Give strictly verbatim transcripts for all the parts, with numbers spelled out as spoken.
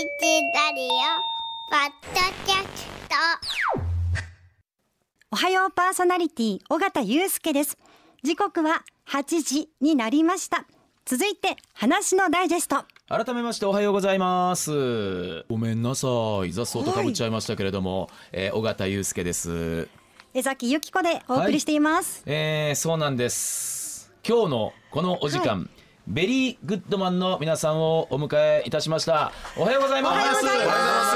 ラリオポッドキャスト。 おはようパーソナリティ尾形祐介です。時刻ははちじになりました。続いて話のダイジェスト。 改めましておはようございます。ごめんなさい、雑草とかぶっちゃいましたけれども、はい、えー、尾形祐介です。 江崎由紀子でお送りしています、 はい、えー、そうなんです。今日のこのお時間、はい、ベリーグッドマンの皆さんをお迎えいたしました。おはようございます。 おはようございます。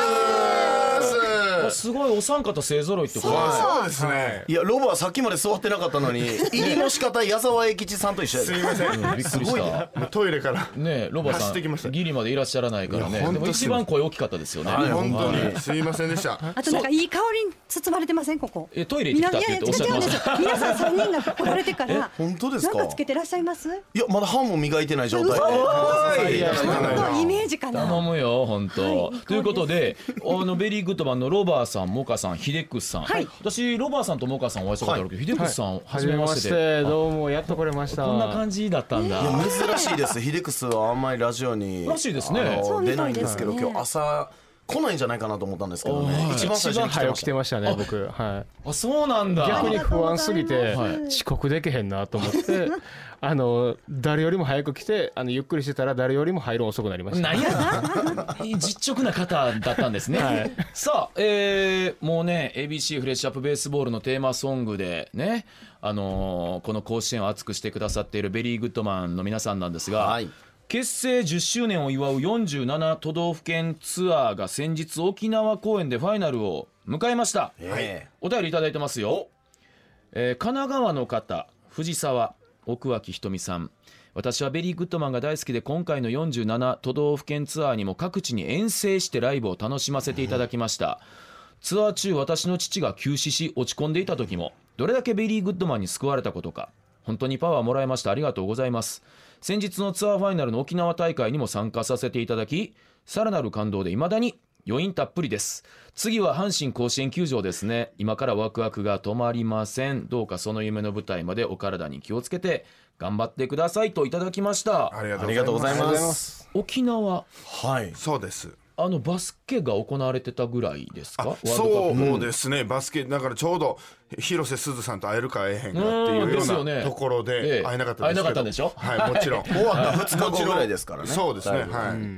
すごいお三方勢ぞろいってことです。 そうですね。いやロボはさっきまで座ってなかったのに入りの仕方矢沢永吉さんと一緒やで。すいません、 うん、びっくりした。 もうトイレからね、ロボさんギリまでいらっしゃらないからね。でも一番声大きかったですよね。 はい、本当にすいませんでした。 あとなんかいい香りに包まれてませんここ。 えトイレ行ってきたって言っておっしゃってました。 皆さんさんにんが来られてから本当ですか。 なんかつけてらっしゃいます？ いやまだ歯も磨いてない状態で。 いやちょっとイメージかな。 頼むよ本当、はい、ということであのベリーグッドマンのロバーさん、モカさん、ヒデックスさん、はい、私ロバーさんとモカさんお会いしたことあるけど、はい、ヒデックスさん、はい、初めまして。 どうもやっと来れました。 こんな感じだったんだ。 いや珍しいです。ヒデックスはあんまりラジオにらしいですね。 出ないんですけど、今日朝来ないんじゃないかなと思ったんですけどね。一番最初に早起きてましたね僕。はい。 あ、そうなんだ。 逆に不安すぎて遅刻できへんなと思ってあの誰よりも早く来て、あのゆっくりしてたら誰よりも入る遅くなりました。 何や実直な方だったんですね、はい、さあ、えー、もうね エービーシー フレッシュアップベースボールのテーマソングでね、あのー、この甲子園を熱くしてくださっているベリーグッドマンの皆さんなんですが、はい、結成じゅっしゅうねんを祝うよんじゅうなな都道府県ツアーが先日沖縄公演でファイナルを迎えました、えー、お便りいただいてますよ、えー、神奈川の方、藤沢奥脇ひとみさん。私はベリーグッドマンが大好きで、今回のよんじゅうなな都道府県ツアーにも各地に遠征してライブを楽しませていただきました。ツアー中、私の父が急死し落ち込んでいた時もどれだけベリーグッドマンに救われたことか、本当にパワーもらいました。ありがとうございます。先日のツアーファイナルの沖縄大会にも参加させていただき、さらなる感動で未だに余韻たっぷりです。次は阪神甲子園球場ですね。今からワクワクが止まりません。どうかその夢の舞台までお体に気をつけて頑張ってくださいといただきました。 ありがとうございます。 沖縄、 はい、そうです。 あのバスケが行われてたぐらいですか。 そうですね、バスケだからちょうど広瀬すずさんと会えるか会えへんかっていうようなところで会えなかったんですけど、 会えなかったんでしょ。 はい、もちろん終わったふつかごぐらいですからね。 そうですね、はい、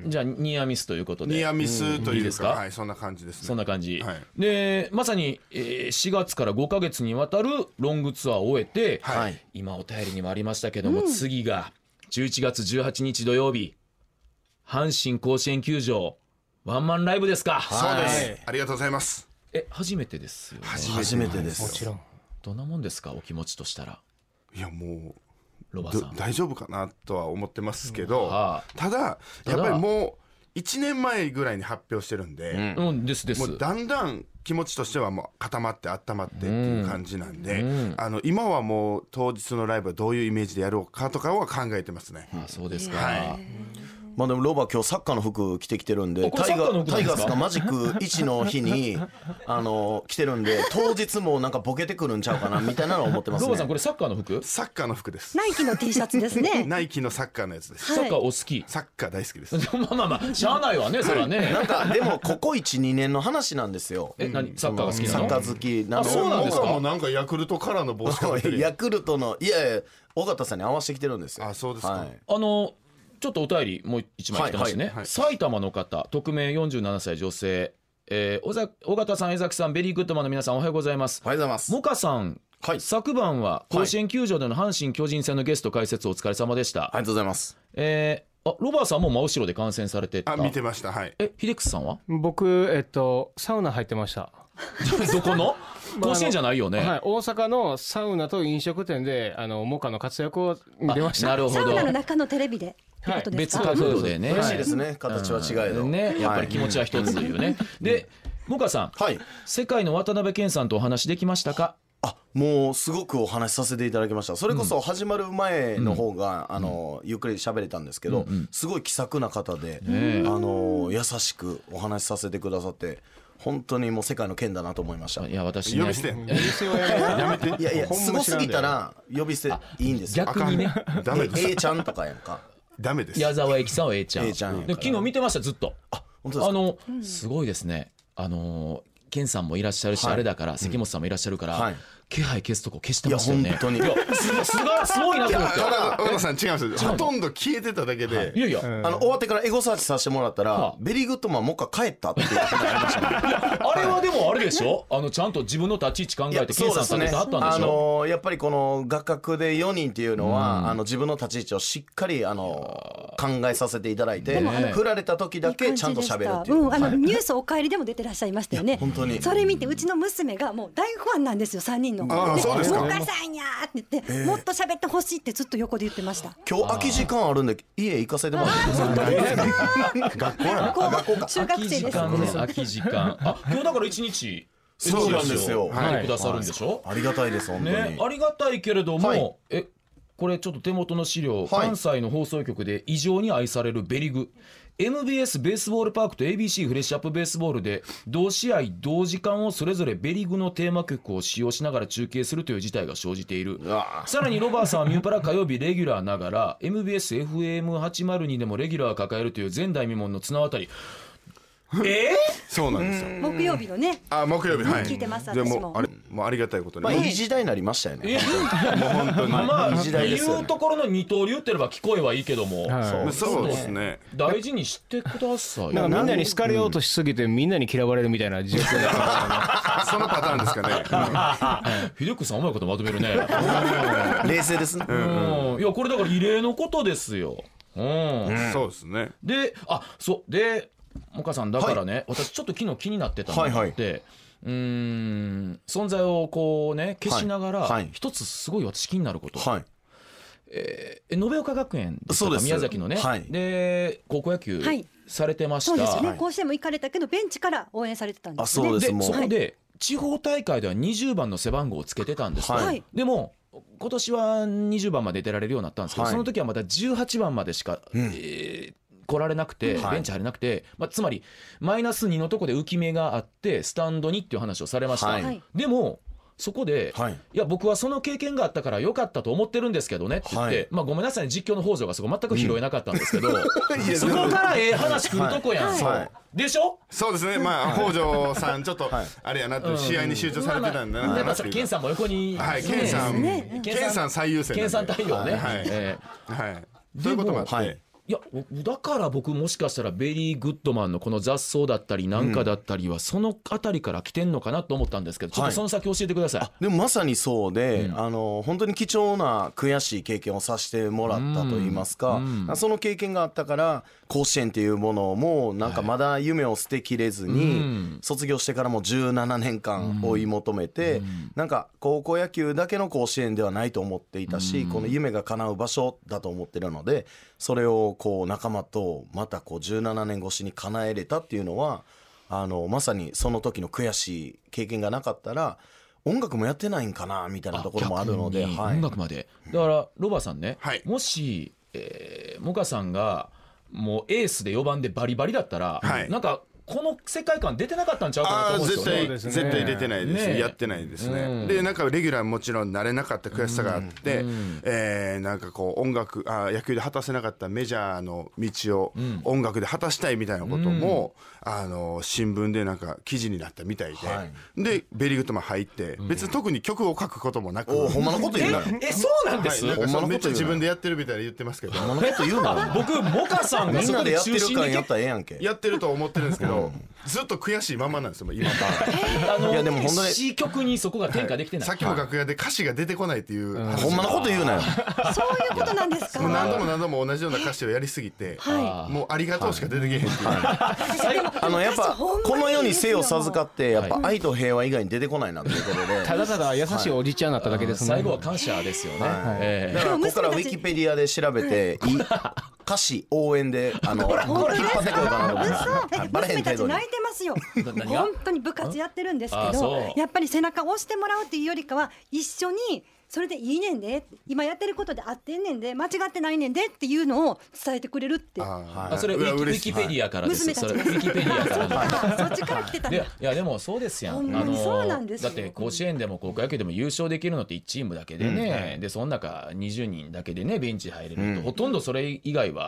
じゃあニアミスということで。 ニアミスというか、 うん、いいですか。 はい、そんな感じですね。 そんな感じ、 はい、 でまさに、えー、しがつからごかげつにわたるロングツアーを終えて、はい、今お便りにもありましたけども、うん、次がじゅういちがつじゅうはちにち土曜日、阪神甲子園球場ワンマンライブですか。 そうです、はい、ありがとうございます。 え初めてですよね。 初めてです。 もちろん。 どんなもんですか、お気持ちとしたら。 いやもうロバさん大丈夫かなとは思ってますけど、 うん、はあ、 ただやっぱりもういちねんまえぐらいに発表してるんで、 うん、ですです。 もうだんだん気持ちとしてはもう固まって温まってっていう感じなんで、うんうん、あの今はもう当日のライブはどういうイメージでやろうかとかは考えてますね。 あ、そうですか、 はい。 まあでもロバ今日サッカーの服着てきてるんで、タイガー、タイガースがマジックいちの日にあの着てるんで、当日もなんかボケてくるんちゃうかなみたいなのを思ってますね。 ロバさんこれサッカーの服？ サッカーの服です。 ナイキの T シャツですね。 ナイキのサッカーのやつです。 サッカーお好き？ サッカー大好きです。 まあまあまあしゃあないわね、それはね。 なんかでもここいち、にねんの話なんですよ。 え、何サッカーが好きなの？ サッカー好きなの。 あ、そうなんですか。 もうなんかヤクルトカラーの帽子かぶってる。 ヤクルトのいやいや尾形さんに合わせてきてるんですよ。 あ、そうですか。はい、 あのちょっとお便りもう一枚来てましてね、はいはい、埼玉の方、匿名よんじゅうななさい女性、えー、尾形さん、江崎さん、ベリーグッドマンの皆さんおはようございます。 おはようございます。 モカさん、はい、昨晩は甲子園球場での阪神巨人戦のゲスト解説お疲れ様でした。 ありがとうございます。 えー、あロバーさんも真後ろで観戦されてた。 あ、見てました。はい。 え、ヒデックスさんは？ 僕、えっと、サウナ入ってました。 どこの？甲子園じゃないよね。 はい、大阪のサウナと飲食店であのモカの活躍を見てました。 なるほど。 サウナの中のテレビで。 はい、別角度でね。 嬉しいですね。形は違えど、 ね、やっぱり気持ちは一つというね。で、モカさん、はい、世界の渡辺謙さんとお話できましたか？ あ、もうすごくお話しさせていただきました。それこそ始まる前の方が、うん、あのゆっくり喋れたんですけど、うんうん、すごい気さくな方で、あの優しくお話しさせてくださって。本当にもう世界の剣だなと思いました。 いや私、ね、 呼び捨てやめて。 いやいやすごすぎたら呼び捨ていいんですよ。 逆にね。 ダメです。 A ちゃんとかやんか。 ダメです。 矢沢永吉さんは A ちゃん。 A ちゃん。 で昨日見てましたずっと。 あ、 本当ですか。 あの、すごいですね。あのケンさんもいらっしゃるし、 はいあれだから関本さんもいらっしゃるから、 はい気配消すとこ消していやましたよね。 本当にいやすすがすごいなと思って。 ただ小野さん違うんですよ。ほとんど消えてただけで、 いやいや、 あの終わってからエゴサーチさせてもらったら、 はあベリーグッドマンもう一回帰ったっていうことがありましたね。 あれはでもあれでしょ、あのちゃんと自分の立ち位置考えてケンさん立ててはったんであしょ。 のーやっぱりこの画角でよにんっていうのは、あの自分の立ち位置をしっかりあの考えさせていただいて、振られた時だけちゃんと喋るっていう。 うん、あのはいニュースお帰りでも出てらっしゃいましたよね。 本当にそれ見てうちの娘がもう大ファンなんですよ、さんにんの。 ああそうですかお母さんやーって言って、もっと喋ってほしいってずっと横で言ってました。 今日空き時間あるんで家行かせてもらっていいですか。学校やな。あ学校か。 中学空き時生です。 間ね、空き時間。あ、今日だから一日そうなんですよ来てくださるんでしょ。 ありがたいです本当に。 ね、ありがたいけれども、 はいえこれちょっと手元の資料、 はい関西の放送局で異常に愛されるベリグ エムビーエス ベースボールパークと エービーシー フレッシュアップベースボールで同試合同時間をそれぞれベリグのテーマ曲を使用しながら中継するという事態が生じている。 うわさらにロバーさんはミューパラ火曜日レギュラーながら エムビーエスエフエムはちまるに でもレギュラーを抱えるという前代未聞の綱渡り。えそうなんですよ。 木曜日のね。 あ木曜日はい。 聞いてますで私ももあれもうありがたいことに。 まあいい時代になりましたよね。 ーもう本当に。 まあいい時代ですよね言うところの二刀流ってれば聞こえはいいけども、 はいそうですね。 大事にしてください。 なんかみんなに好かれようとしすぎてみんなに嫌われるみたいな状況だそのパターンですかね。 ひでくさんうまいことまとめるね。 冷静ですね。 うん、いやこれだから異例のことですよ。うん。 そうですね。 で、あ、そうで、もかさんだからね、私ちょっと昨日気になってたのがあって、 はいはうーん存在をこうね消しながら、 はいはい一つすごい私気になること。 はい。 えー延岡学園でしたかそうです宮崎のね、 はいで高校野球はいされてました。 そうですよね、 はい甲子園も行かれたけどベンチから応援されてたんですよね。 あそうですもうそこで地方大会ではにじゅうばんの背番号をつけてたんですと、 はいでも今年はにじゅうばんまで出られるようになったんですけど、 はいその時はまだじゅうはちばんまでしか、 うんえー来られなくて、 はいベンチ入れなくて、まあ、つまりマイナスにのとこで浮き目があってスタンドにっていう話をされました、 はいでもそこで、 はいいや僕はその経験があったから良かったと思ってるんですけどねって言って、 はいまあ、ごめんなさいね実況の北条がそこ全く拾えなかったんですけど、 いやそこからええ話来るとこやん、 はいはいでしょ。 そうですね。まあ北条さんちょっとはいあれやなと試合に集中されてたんだまあまあなっていうまあそれケンさんも横に、 はいケンさんねケンさん最優先ケンさんなんで。 対応ね、 はいえはい。そういうこともあっはいて。 ーいやだから僕もしかしたらベリーグッドマンのこの雑草だったりなんかだったりはそのあたりから来てんのかなと思ったんですけど、ちょっとその先教えてください。 でもまさにそうで、あの本当に貴重な悔しい経験をさせてもらったといいますか、その経験があったから甲子園っていうものもなんかまだ夢を捨てきれずに、卒業してからもじゅうななねんかん追い求めて、なんか高校野球だけの甲子園ではないと思っていたし、この夢が叶う場所だと思ってるので、それをこう仲間とまたこうじゅうななねん越しに叶えれたっていうのは、あのまさにその時の悔しい経験がなかったら音楽もやってないんかなみたいなところもあるので、 逆にはい音楽までだからロバさんね、 はいもし、えー、モカさんがもうエースでよばんでバリバリだったら、 はいなんかこの世界観出てなかったんちゃうかなああと思うんですよね。 絶対ですね絶対出てないです、 ねえやってないですね、 うんでなんかレギュラーもちろんなれなかった悔しさがあって、えーなんかこう音楽あ野球で果たせなかったメジャーの道を音楽で果たしたいみたいなことも、あの新聞でなんか記事になったみたいで、 はでベリーグッドマン入って、別に特に曲を書くこともなく、 おほんまのこと言うなよ。 えそうなんです、 はい、なんかほんまのこと言うなめっちゃ自分でやってるみたいに言ってますけど、 ほんまのこと言うなよ。 僕モカさんがみんそこでなでやってる中心に感やったらええやんけ。 やってると思ってるんですけど、ずっと悔しいままなんですよもう今からあのいやでも本当に C 曲にそこが転化できてない、 さっきも楽屋で歌詞が出てこないっていう話、 ほんまのこと言うなよ。 そういうことなんですか。 もう何度も何度も同じような歌詞をやりすぎて、 はもうありがとうしか出てけへんっていう、 最後あのやっぱほんまにこの世に生を授かってやっぱは愛と平和以外に出てこないなということで。 ただただ優しいおじちゃんになっただけですね。 最後は感謝ですよね、 はいええだからここからウィキペディアで調べていい歌詞応援であの引っ張ってこようかなと思ってます。はいバレへ娘ん程度にたち泣い。てますよ。 何が本当に部活やってるんですけあそうど、やっぱり背中を押してもらうっていうよりかは一緒にそれでいいねんで、今やってることで合ってんねんで、間違ってないねんでっていうのを伝えてくれるって。 ああそれウィキウィキペディアからです、 娘たちそれウィキペディアからそっちから来てたんでだ。 いやでもそうですやん、 ほんまにそうなんですよだって甲子園でも高校野球でも優勝できるのっていちチームだけでね、でその中にじゅうにんだけでねベンチ入れると、ほとんどそれ以外は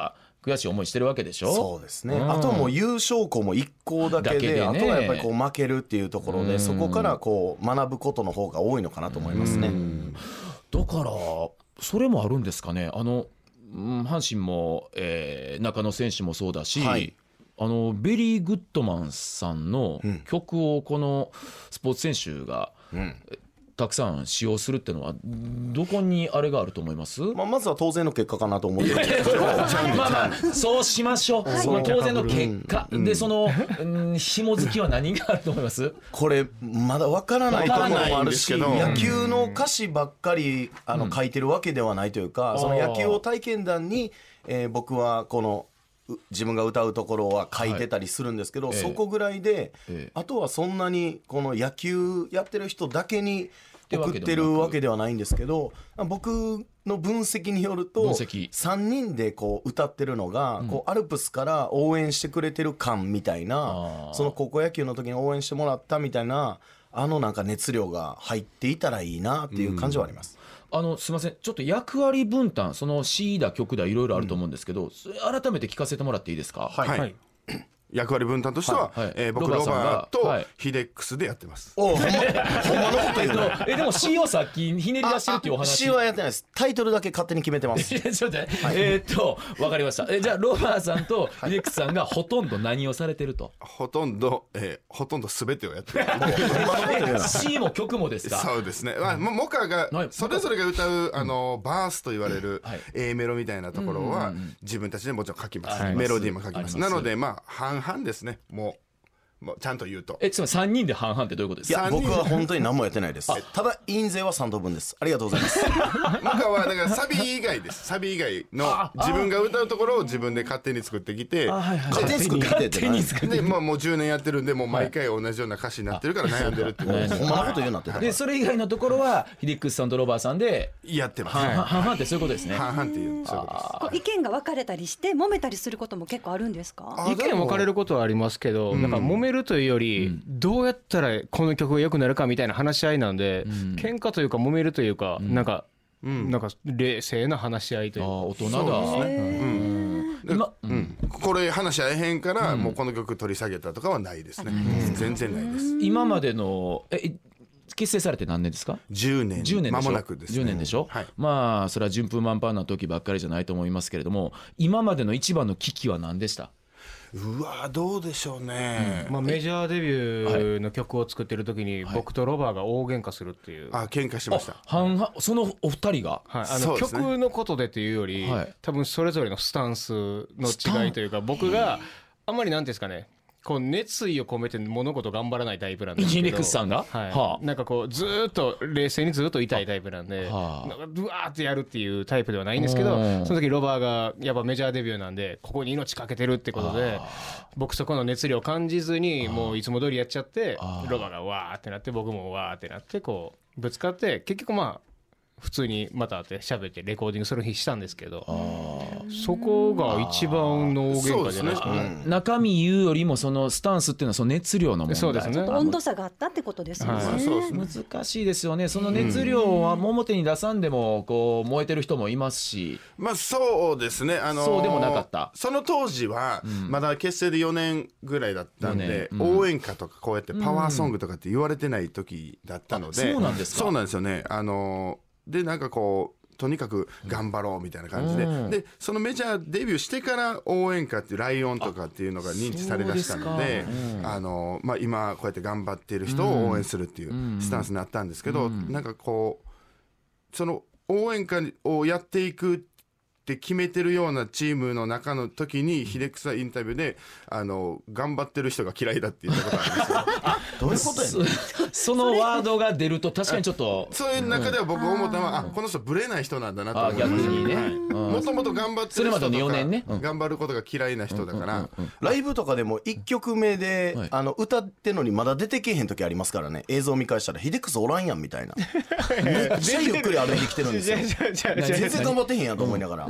悔しい思いしてるわけでしょ。 そうですね、 うん、 あとはもう優勝校もいっ校だけ で, だけでね、 あとはやっぱりこう負けるっていうところで、うん、そこからこう学ぶことの方が多いのかなと思いますね。うん、 だからそれもあるんですかね。あの、うん、阪神も、えー、中野選手もそうだし、はい、あのベリー・グッドマンさんの曲をこのスポーツ選手が、うんたくさん使用するっていうのはどこにあれがあると思います？ まあ、まずは当然の結果かなと思ってるんですけどまあまあそうしましょう、はい、まあ、当然の結果、うん、でその、うん、紐づきは何があると思います？ これまだ分からないところもあるし、野球の歌詞ばっかりあの書いてるわけではないというか、うん、その野球を体験談に、えー、僕はこの自分が歌うところは書いてたりするんですけど、はい、そこぐらいで、ええ、あとはそんなにこの野球やってる人だけに送ってるわけではないんですけど、僕の分析によるとさんにんでこう歌ってるのが、うん、こうアルプスから応援してくれてる感みたいな、その高校野球の時に応援してもらったみたいな、あのなんか熱量が入っていたらいいなっていう感じはあります。 うん、あのすみません、ちょっと役割分担、その詩だ曲だいろいろあると思うんですけど、うん、改めて聞かせてもらっていいですか？ はい、はい、役割分担としては、はいはい、えー、僕ロバーとヒデックスでやってます。 おほんまのこと言うのえでも C をさっきひねり出してるっていうお話。 C はやってないです。タイトルだけ勝手に決めてます。 ちょっと、はい、えー、っと分かりました。えじゃあロバーさんとヒデックスさんがほとんど何をされてると？ ほとんど、えー、ほとんど全てをやってる。 C も曲もですか？ そうですね、まあ、モカがそれぞれが歌うあのバースと言われる A メロみたいなところは自分たちでもちろん書きます、はい、メロディーも書きます。なのでまあ半々ですね。もうもうちゃんと言うと、 えつまりさんにんで半々ってどういうことですか？ いや僕は本当に何もやってないです。ただ印税はさん等分です。ありがとうございます。 モカはだからサビ以外です。サビ以外の自分が歌うところを自分で勝手に作ってきて、 勝手に作ってってで、まあ、もうじゅうねんやってるんで、もう毎回同じような歌詞になってるから悩んでるってことです。 ほんまなこと言うなって。 でそれ以外のところはヒデックスさんとロバーさんでやってます。 半々ってそういうことですね。 半々っていうそういうことです。 意見が分かれたりして揉めたりすることも結構あるんですか？ 意見分かれることはありますけど、うん、なんか揉めるというより、うん、どうやったらこの曲が良くなるかみたいな話し合いなんで、うん、喧嘩というか揉めるというか、うん、なんか、うん、なんか冷静な話し合いというか。あ大人だ。そうですね。 うん今うん、これ話し合えへんから、うん、もうこの曲取り下げたとかはないですね。うん、全然ないです。 今までのえ結成されて何年ですか？ じゅうねん。 じゅうねんでしょ。 間もなくですね。 じゅうねんでしょ。はい、まあそれは順風満帆な時ばっかりじゃないと思いますけれども、今までの一番の危機は何でした？ うわどうでしょうね、 うんまあ、メジャーデビューの曲を作ってる時に僕とロバーが大喧嘩するっていう、 はい、あ喧嘩しました。 半々そのお二人が、 はい、あの曲のことでというより、はい、多分それぞれのスタンスの違いというか、僕があんまりなんていうんですかね、こう熱意を込めて物事頑張らないタイプなんですけど、 ヒデックスさんが、 はいはあ、なんかこうずっと冷静にずっといたいタイプなんで、はあ、なんかブワーってやるっていうタイプではないんですけど、その時ロバーがやっぱメジャーデビューなんでここに命かけてるってことで、僕そこの熱量を感じずにもういつも通りやっちゃって、ロバーがわーってなって僕もわーってなってこうぶつかって、結局まあ普通にまた会って喋ってレコーディングする日したんですけど、そこが一番の大喧嘩じゃないですかね。 中身言うよりもそのスタンスっていうのはその熱量の問題。 そうですね。 温度差があったってことですよね。はい、 そうですね。難しいですよね。その熱量は表に出さんでもこう燃えてる人もいますし、 まあそうですね。あのー、 そうでもなかった。 その当時はまだ結成でよねんぐらいだったんで、うん、応援歌とかこうやってパワーソングとかって言われてない時だったので、 そうなんですか。 そうなんですよね。あのーでなんかこうとにかく頑張ろうみたいな感じで、うん、でそのメジャーデビューしてから応援歌っていうライオンとかっていうのが認知されだしたので、うん、あのまあ、今こうやって頑張っている人を応援するっていうスタンスになったんですけど、うん、なんかこうその応援歌をやっていくって決めてるようなチームの中の時にヒデックスはインタビューであの頑張ってる人が嫌いだって言ったことあるんですよ。 どういうことやねん。 そのワードが出ると確かにちょっとそういう中では僕思ったのは、あこの人ブレない人なんだなと思いました。 逆にね、 もともと頑張ってる人とかよねんね、 頑張ることが嫌いな人だから、 ライブとかでもいっきょくめで、はい、あの歌ってんのにまだ出てけへん時ありますからね。映像見返したらヒデックスおらんやんみたいなめっちゃゆっくり歩いてきてるんですよ。全然頑張ってへんやんと思いながら、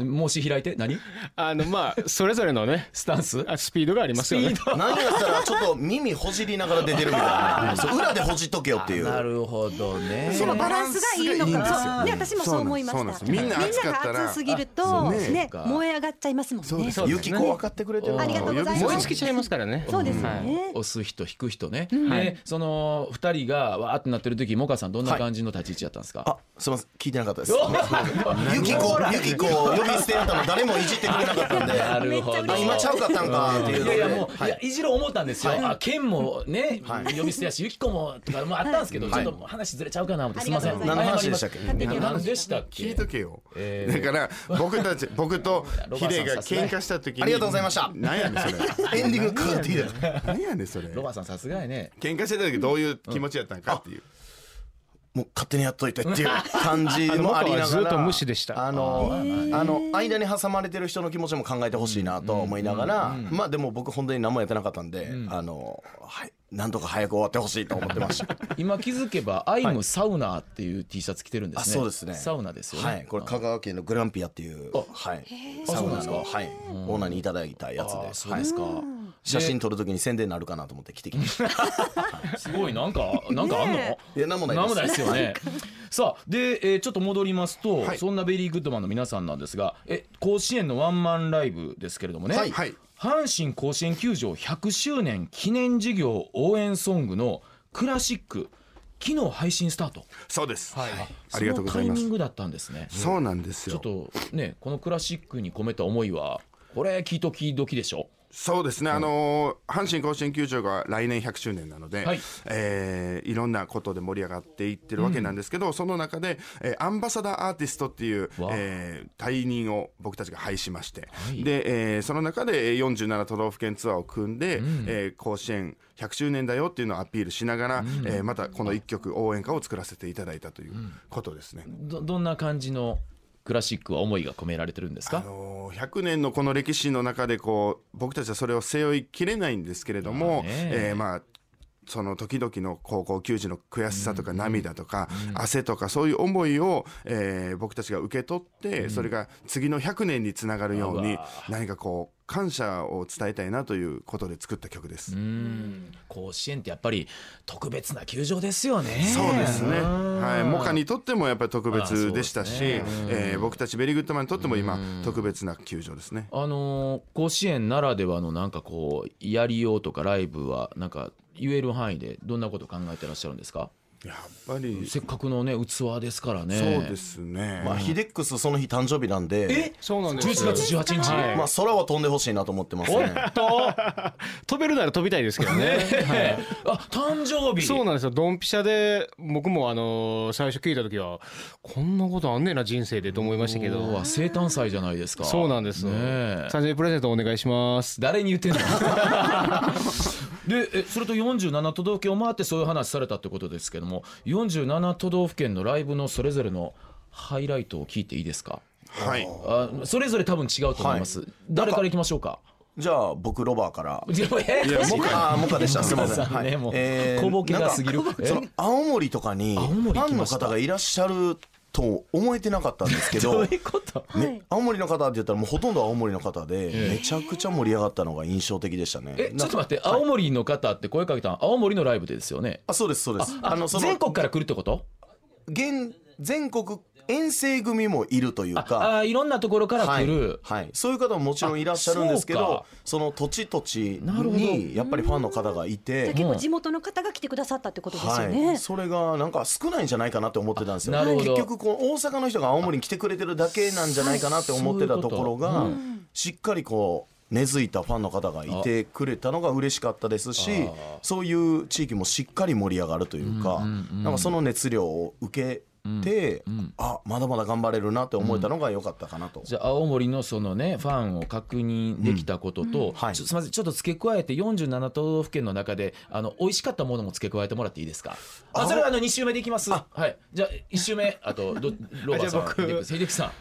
申し開いて何あのまあそれぞれのねスタンスあスピードがありますよね。 何やったらちょっと耳ほじりながら出てるみたいなそう裏でほじっとけよっていう。 なるほどね。 そのバランスがいいのかな。ね、私もそう思いました。 みんな暑かったらみんなが暑すぎるとね燃え上がっちゃいますもんね。 ゆきこ分かってくれてる。 ありがとうございます。 燃え尽きちゃいますからね。 そうですよね。 押す人引く人ね。でそのふたりがわーってなってる時、モカさんどんな感じの立ち位置だったんですか。 あ、すみません、聞いてなかったです。ゆきこゆきこ呼び捨てやったの誰もいじってくれなかったんで。 なるほど。 今ちゃうかったんかっていうので。 いやいやもういやいじろう思ったんですよ。あ、ケンもね呼び捨てやし、ゆきこもとかもあったんですけど、ちょっと話ずれちゃうかな思ってすみません。 何の話でしたっけ。 何でしたっけ。 聞いとけよ。だから僕たち僕とヒデが喧嘩した時に。 ありがとうございました。 何やねんそれ。 エンディングかかっていいですか。 何やねんそれ。 ロバさんさすがやね。 喧嘩してた時どういう気持ちやったんかっていう。 もう勝手にやっといてっていう感じもありながらずっと無視でした。 あのあの間に挟まれてる人の気持ちも考えてほしいなと思いながら、まあでも僕本当に何もやってなかったんで、あのはいなんとか早く終わってほしいと思ってました。 今気づけばアイムサウナーっていう T シャツ着てるんですね。 そうですね。 サウナですよね。 はい、これ香川県のグランピアっていうはいサウナのはいオーナーにいただいたやつで。 そうですか。 写真撮るときに宣伝になるかなと思って着てきました。 すごいなんかなんかあんの？ いやなんもないです。 なんもないですよね。さあで、えー、ちょっと戻りますと、 はい、 そんなベリーグッドマンの皆さんなんですが、え甲子園のワンマンライブですけれどもね、 はいはい、 阪神甲子園球場ひゃくしゅうねん記念事業応援ソングのクラシック昨日配信スタート。 そうです、 はい、 ありがとうございます。 そのタイミングだったんですね。 そうなんですよ。 ちょっとねこのクラシックに込めた思いはこれ聞いときどきでしょ。 そうですね、あのー、阪神甲子園球場が来年ひゃくしゅうねんなので、はいえー、いろんなことで盛り上がっていってるわけなんですけど、うん、その中で、えー、アンバサダーアーティストっていう、えー、退任を僕たちが拝しまして、はい、で、えー、その中でよんじゅうなな都道府県ツアーを組んで、うんえー、甲子園ひゃくしゅうねんだよっていうのをアピールしながら、うんえー、またこのいっきょく応援歌を作らせていただいたということですね。 うん、ど, どんな感じのクラシックは思いが込められてるんですか。 あのー、ひゃくねんのこの歴史の中でこう僕たちはそれを背負いきれないんですけれども、まあえーまあ、その時々の高校球児の悔しさとか涙とか汗とかそういう思いを、えー、僕たちが受け取ってそれが次のひゃくねんにつながるように何かこう感謝を伝えたいなということで作った曲です。 うーん甲子園ってやっぱり特別な球場ですよね。 そうですね、はい、モカにとってもやっぱり特別でしたし、ねえー、僕たちベリーグッドマンにとっても今特別な球場ですね。 あのー、甲子園ならではのなんかこうやりようとかライブはなんか言える範囲でどんなこと考えてらっしゃるんですか。 やっぱりせっかくのね器ですからね。 そうですね、 まあ、ヒデックスその日誕生日なんでえそうなんですじゅういちがつじゅうはちにち、 はいまあ、空は飛んでほしいなと思ってますね。 おっと飛べるなら飛びたいですけどね、はい、 あ誕生日そうなんですよ。ドンピシャで僕もあのー、最初聞いた時はこんなことあんねえな人生でと思いましたけど生誕祭じゃないですか。 そうなんですね。誕生日プレゼントお願いします。 誰に言ってんのでえそれとよんじゅうなな都道府県を回ってそういう話されたってことですけどもよんじゅうなな都道府県のライブのそれぞれのハイライトを聞いていいですか。 はいあそれぞれ多分違うと思います、はい、誰からいきましょうか。 じゃあ僕ロバーからいやいやモカあモカでしたすみません、 はいね、もう、 えー、 小ボケが過ぎるその青森とかにファンの方がいらっしゃると思えてなかったんですけどどういうこと、 ね、青森の方って言ったらもうほとんど青森の方でめちゃくちゃ盛り上がったのが印象的でしたね。 えちょっと待って青森の方って声かけたの青森のライブでですよね。 あそうですそうです。 ああのその全国から来るってこと。 現全国遠征組もいるというかああいろんなところから来る、 はいはい、そういう方ももちろんいらっしゃるんですけど そ, その土地土地にやっぱりファンの方がいて結構地元の方が来てくださったってことですよね、 はい、それがなんか少ないんじゃないかなって思ってたんですよ。 なるほど。 結局この大阪の人が青森に来てくれてるだけなんじゃないかなって思ってたところが、うん、しっかりこう根付いたファンの方がいてくれたのが嬉しかったですしそういう地域もしっかり盛り上がるというか、うんうんうん、なんかその熱量を受けで、うんうん、あまだまだ頑張れるなって思えたのが良かったかなと、うん、 じゃあ青森のそのねファンを確認できたことと、うんはい、ちょすみませんちょっと付け加えてよんじゅうなな都道府県の中であの美味しかったものも付け加えてもらっていいですか。あそれはあのに週目でいきます。はいじゃあいち週目あとどロバさんヒデックさん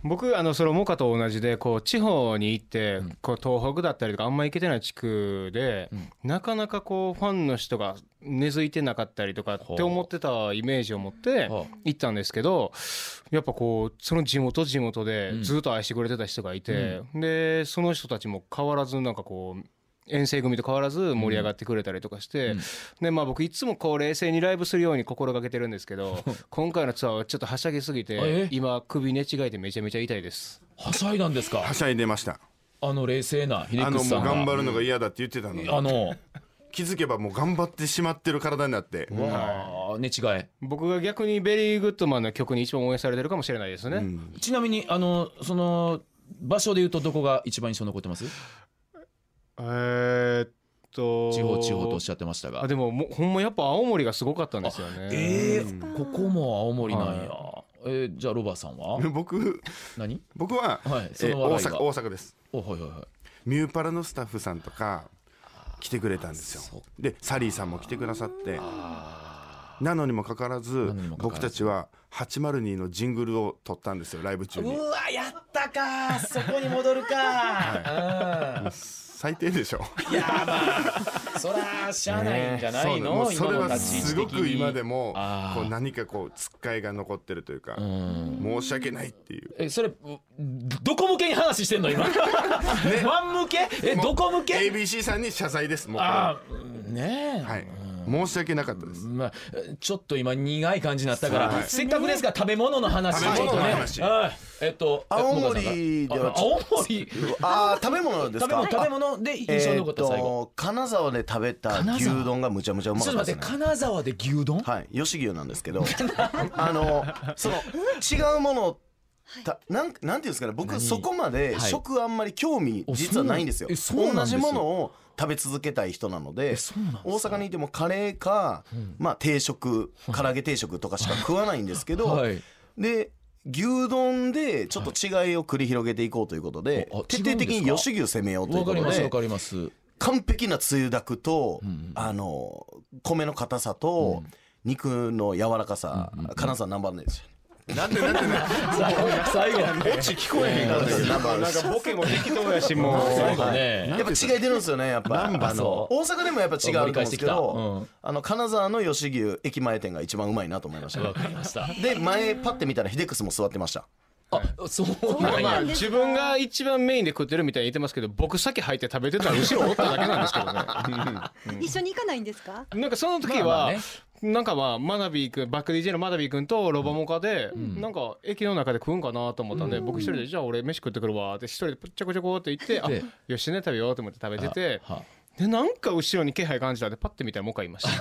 僕あのそのモカと同じでこう地方に行ってこう東北だったりとかあんま行けてない地区でなかなかこうファンの人が根付いてなかったりとかって思ってたイメージを持って行ったんですけど、やっぱこうその地元地元でずっと愛してくれてた人がいて、でその人たちも変わらずなんかこう遠征組と変わらず盛り上がってくれたりとかして、うん、でまあ僕いつもこう冷静にライブするように心がけてるんですけど今回のツアーはちょっとはしゃぎすぎて今首寝違えてめちゃめちゃ痛いです。 はしゃいだんですか？ はしゃいでました。 あの冷静なひねくすさんがあのもう頑張るのが嫌だって言ってたのに、あの気づけばもう頑張ってしまってる体になって、 わあ寝違え。 僕が逆にベリーグッドマンの曲に一番応援されてるかもしれないですね、うん、 ちなみにあのその場所でいうとどこが一番印象残ってます？ えーと地方地方とおっしゃってましたが、 あでももほんまやっぱ青森がすごかったんですよね。 えー、ここも青森なんや、はい、えー、じゃあロバさんは？ 僕何僕は、はい、その大阪大阪です。 お、はいはいはい。 ミューパラのスタッフさんとか来てくれたんですよ。でサリーさんも来てくださって、なのにもかかわらず僕たちははちまるにのジングルを撮ったんですよ、ライブ中に。 うわやったか、そこに戻るか、はい、 最低でしょ。 いやまあそらしゃあないんじゃないの、 ね、それはすごく今でもこう何かこうつっかえが残ってるというか、申し訳ないっていう。 えそれどこ向けに話してんの今？ね、ファン向け？えどこ向け？ エービーシー さんに謝罪です。もうこれあねえ、 はい、申し訳なかったです、 まあ、ちょっと今苦い感じになったから、はい、せっかくですから食べ物の話ちょっとね、はい、えっと青森では青森あ食べ物ですか？ 食べ物で印象に残った最後、 えー、金沢で食べた牛丼がむちゃむちゃうまかったですね。 ちょっと待って、金沢で牛丼？ はい、吉牛なんですけどあのその違うものたなんなんていうんですかね、僕そこまで食あんまり興味実はないんですよ。同じものを食べ続けたい人なので、大阪にいてもカレーか、うん、まあ定食唐揚げ定食とかしか食わないんですけど、はい、で牛丼でちょっと違いを繰り広げていこうということで、はい、徹底的に吉牛攻めようということで、わかりますわかります。完璧なつゆだくと、うん、あの米の硬さと、うん、肉の柔らかさ、うんうんうん、金沢ナンバーワンですよ。 なんでなんでね最後オチ聞こえへんかったけど、 なんかボケも適当やし、もう最後ねやっぱ違い出るんですよね。やっぱあの大阪でもやっぱ違うと思うんですけど、あの金沢の吉牛駅前店が一番うまいなと思いました。 わかりました。 で前パッて見たらヒデックスも座ってました。 あ、そうなんや。 まあ自分が一番メインで食ってるみたいに言ってますけど、僕先入って食べてたら後ろおっただけなんですけどね。 一緒に行かないんですか？ なんかその時はなんかまあマナビー君、バック ディージェー のマナビー君とロバモカでなんか駅の中で食うんかなと思ったんで、僕一人でじゃあ俺飯食ってくるわって一人でちょこちょこって言って、あよしね食べようと思って食べてて、でなんか後ろに気配感じたんでパッて見たらモカいました。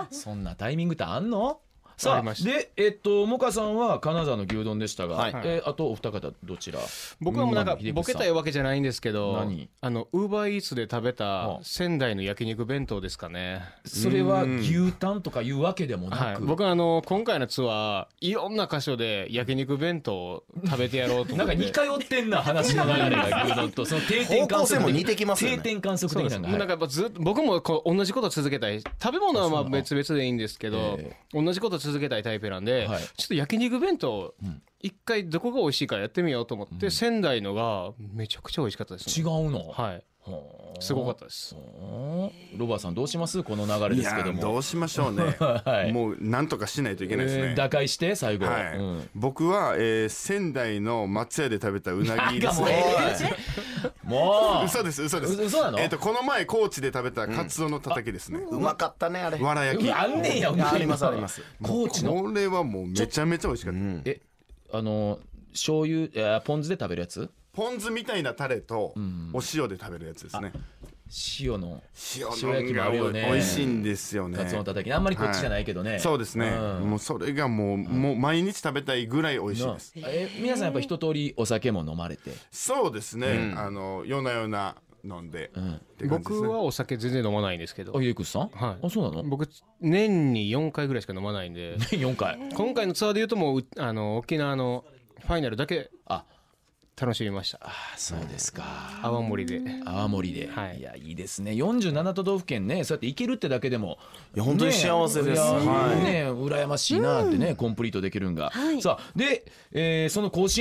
そんなタイミングってあんの？さあでえっとモカさんは金沢の牛丼でしたが、はい、えー、あとお二方どちら？ 僕はもうなんかボケたいわけじゃないんですけど、あのウーバーイーツで食べた仙台の焼肉弁当ですかね。 それは牛タンとかいうわけでもなく、はい、 僕はあの今回のツアーいろんな箇所で焼肉弁当を食べてやろうと思って。 なんか似通ってんな話の流れが牛丼とその定点観測も似てきますよね。 定点観測的なのが、 なんかやっぱずっと僕もこう同じこと続けたい。食べ物はまあ別々でいいんですけど、えー、同じこと続けたいタイプなんで、はい、ちょっと焼肉弁当一回どこが美味しいかやってみようと思って、うん、仙台のがめちゃくちゃ美味しかったですね。 違うの？ はい、すごかったです。 ロバーさんどうします？この流れですけども。 いやどうしましょうね、はい、もうなんとかしないといけないですね、 えー、打開して最後、はい、 うん、僕は、えー、仙台の松屋で食べたうなぎですね。 もう嘘です嘘です。 嘘なの？ えーとこの前高知で食べたカツオのたたきですね、 うん、うまかったねあれ。 わら焼きあんねんや。 ありますあります。 高知のこれはもうめちゃめちゃ美味しかった、うん、 えあの醤油えポン酢で食べるやつ？ ポン酢みたいなタレとお塩で食べるやつですね、うん、 塩の塩焼きもあるよね。美味しいんですよね。 カツオのたたきあんまりこっちじゃないけどね、 はい、そうですね、うん、もうそれがもう、もう毎日食べたいぐらい美味しいです。 え皆さんやっぱ一通りお酒も飲まれて？ そうですね、うん、あの夜な夜な飲んで、うん、 で僕はお酒全然飲まないんですけど。 あ、ゆうくさん？はい。あ、そうなの？ 僕年によんかいぐらいしか飲まないんで。 年よんかい。 今回のツアーでいうともうあの沖縄のファイナルだけあ楽しみました。 あ、そうですか。 泡盛で。 泡盛で、 はい、 いやいいですね。よんじゅうなな都道府県ね、そうやって行けるってだけでもいや本当に幸せです。 はい、ね羨ましいなってね、うん、コンプリートできるんが。はい、さあで、えー、その甲子園。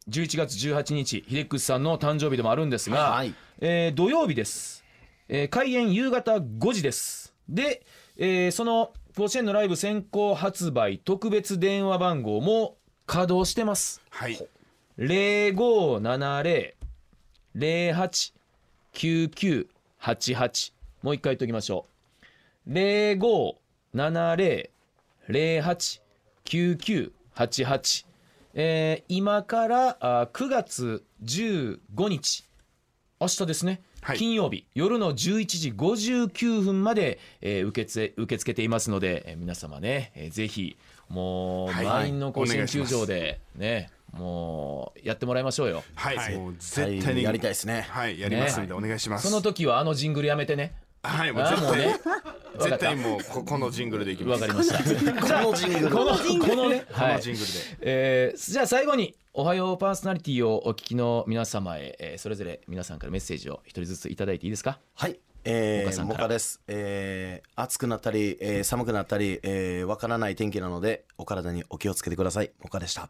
じゅういちがつじゅうはちにち秀樹さんの誕生日でもあるんですが、 はいえー土曜日です、えー開演夕方ごじですで、えーその甲子園のライブ先行発売特別電話番号も稼働してます。 はい。 ゼロごーななゼロ ゼロはち きゅうきゅうはちはちもう一回言っておきましょう。ゼロごーななゼロ ゼロはち きゅうきゅうはちはち、えー、今からあくがつじゅうごにち明日ですね、 はい金曜日夜のじゅういちじごじゅうきゅうふんまで、えー受け付け受け付けていますので、えー皆様ね、えーぜひもうはい満員の甲子園球お願いします場でね、もうやってもらいましょうよ。 はい、 はいもう絶対にやりたいですね。 はい、やりますんでお願いします。 その時はあのジングルやめてね。 はい、もうあーもうね絶対絶対もうここのジングルでいきます。 わかりました。じゃあこのジングルこのこのね、 こはいのジングルで。 えーじゃあ最後におはようパーソナリティをお聞きの皆様へ、えーそれぞれ皆さんからメッセージを一人ずついただいていいですか。 はい、えー、 モカさんからモカです、えー、暑くなったり、えー、寒くなったり、えー、わからない天気なのでお体にお気をつけてください。モカでした。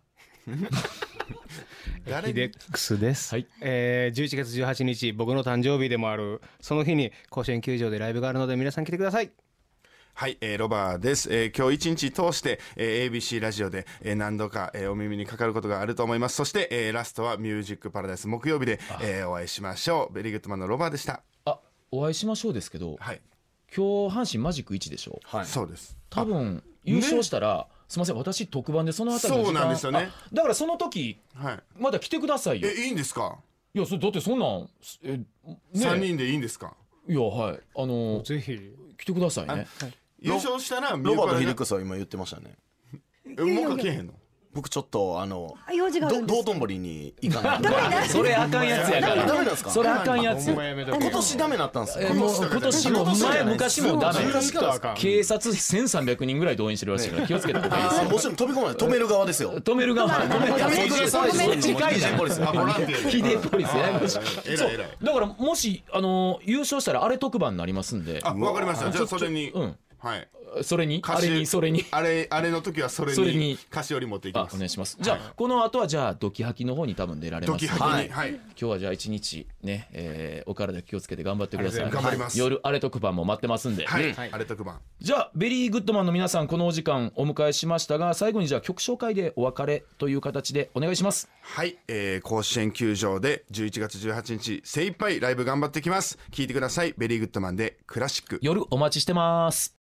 誰ヒデックスです、 はいえー、じゅういちがつじゅうはちにち僕の誕生日でもあるその日に甲子園球場でライブがあるので皆さん来てください。 はい、えー、ロバーです、えー、今日一日通して、えー、エービーシー ラジオで、えー、何度か、えー、お耳にかかることがあると思います。そして、えー、ラストはミュージックパラダイス木曜日で、えー、お会いしましょう。ベリーグッドマンのロバーでした。 あ、お会いしましょうですけど、 はい、 今日阪神マジックいちでしょ。 はい、 そうです。 多分優勝したら、すみません私特番でそのあたりの時間、 そうなんですよね。 あだからその時はい。 まだ来てくださいよ。 え、いいんですか？ いやそれだってそんなんえね三人でいいんですか？ いやはいあのぜひ来てくださいね。 優勝したらロバート・ヒデッククスは今言ってましたね。 もうかけへんの？ 僕ちょっとあの用事があるんですど道頓堀に行かないと。 それあかんやつやから。 ダメなんですか？ それあかんやつ。 ほんまやめとけ今年ダメなったんですよ。 えもう今年も前昔もダメ。 ずっとあかん警察せんさんびゃくにんぐらい動員してるらしいから気をつけた方がいいですよ。 あーもちろん飛び込まない止める側ですよ。 止める側止める側止める側そっち近いじゃん。 ポリスあ、ボランティアで。 ヒデポリスややこしい。 偉い偉い。 だからもしあの優勝したらあれ特番になりますんで。 あ、わかりました。じゃあそれに、 うんはい。 それにあ菓子れにそれに。 あれあれの時はそれそれにに菓子折り持っていきます。 あお願いします。じゃあこの後はじゃあドキハキの方に多分出られドますので。 キハキに、 ははいい。 今日はじゃあ一日ね、えーお体気をつけて頑張ってください。 頑張ります夜あれ特番も待ってますんで。 はい、 はいあれ特番。 じゃあベリーグッドマンの皆さんこのお時間お迎えしましたが最後にじゃあ曲紹介でお別れという形でお願いします。 はい、えー、甲子園球場でじゅういちがつじゅうはちにち精一杯ライブ頑張ってきます。聞いてください。ベリーグッドマンでクラシック。 夜お待ちしてます。